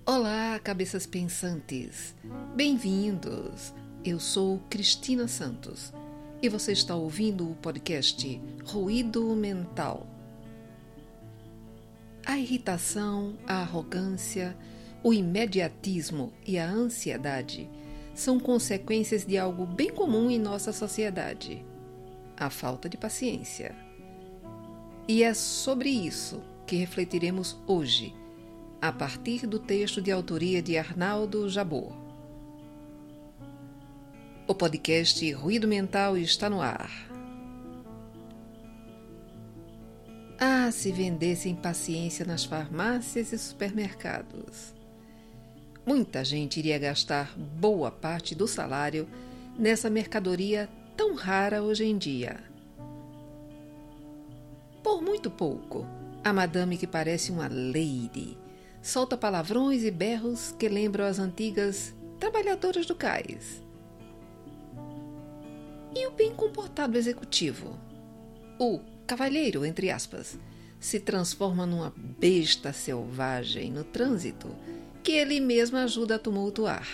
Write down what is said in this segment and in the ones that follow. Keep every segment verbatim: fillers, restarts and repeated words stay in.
Olá, cabeças pensantes! Bem-vindos! Eu sou Cristina Santos e você está ouvindo o podcast Ruído Mental. A irritação, a arrogância, o imediatismo e a ansiedade são consequências de algo bem comum em nossa sociedade: a falta de paciência. E é sobre isso que refletiremos hoje, a partir do texto de autoria de Arnaldo Jabor. O podcast Ruído Mental está no ar. Ah, se vendessem paciência nas farmácias e supermercados! Muita gente iria gastar boa parte do salário nessa mercadoria tão rara hoje em dia. Por muito pouco, a madame que parece uma lady solta palavrões e berros que lembram as antigas trabalhadoras do cais. E o bem comportado executivo, o cavalheiro, entre aspas, se transforma numa besta selvagem no trânsito que ele mesmo ajuda a tumultuar.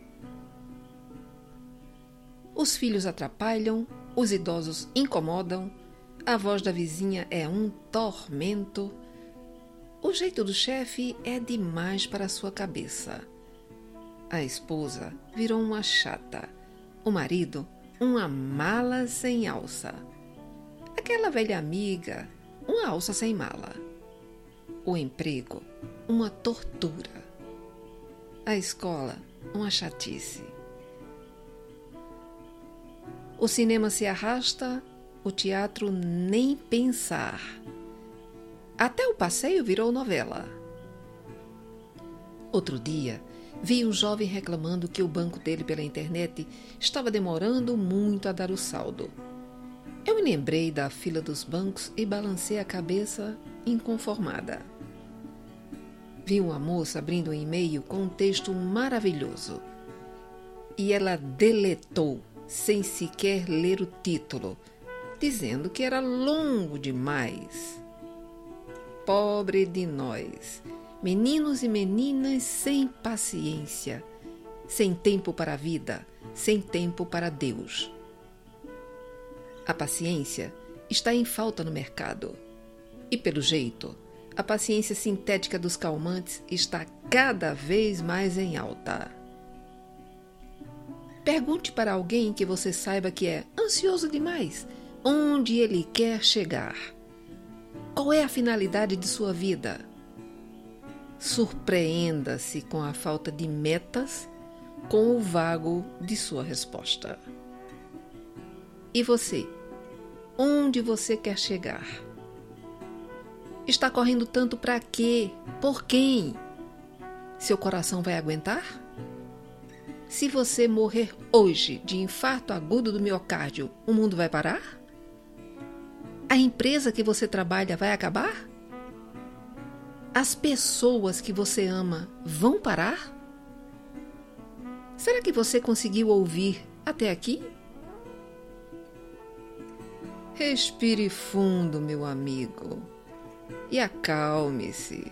Os filhos atrapalham, os idosos incomodam, a voz da vizinha é um tormento. O jeito do chefe é demais para a sua cabeça. A esposa virou uma chata. O marido, uma mala sem alça. Aquela velha amiga, uma alça sem mala. O emprego, uma tortura. A escola, uma chatice. O cinema se arrasta, o teatro nem pensar. Até o passeio virou novela. Outro dia, vi um jovem reclamando que o banco dele pela internet estava demorando muito a dar o saldo. Eu me lembrei da fila dos bancos e balancei a cabeça inconformada. Vi uma moça abrindo um e-mail com um texto maravilhoso. E ela deletou, sem sequer ler o título, dizendo que era longo demais. Pobre de nós, meninos e meninas sem paciência, sem tempo para a vida, sem tempo para Deus. A paciência está em falta no mercado. E, pelo jeito, a paciência sintética dos calmantes está cada vez mais em alta. Pergunte para alguém que você saiba que é ansioso demais onde ele quer chegar. Qual é a finalidade de sua vida? Surpreenda-se com a falta de metas, com o vago de sua resposta. E você? Onde você quer chegar? Está correndo tanto para quê? Por quem? Seu coração vai aguentar? Se você morrer hoje de infarto agudo do miocárdio, o mundo vai parar? A empresa que você trabalha vai acabar? As pessoas que você ama vão parar? Será que você conseguiu ouvir até aqui? Respire fundo, meu amigo, e acalme-se.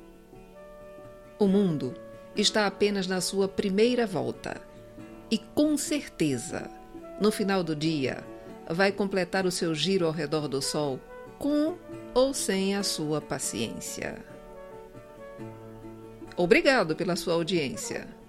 O mundo está apenas na sua primeira volta e, com certeza, no final do dia, vai completar o seu giro ao redor do Sol com ou sem a sua paciência. Obrigado pela sua audiência.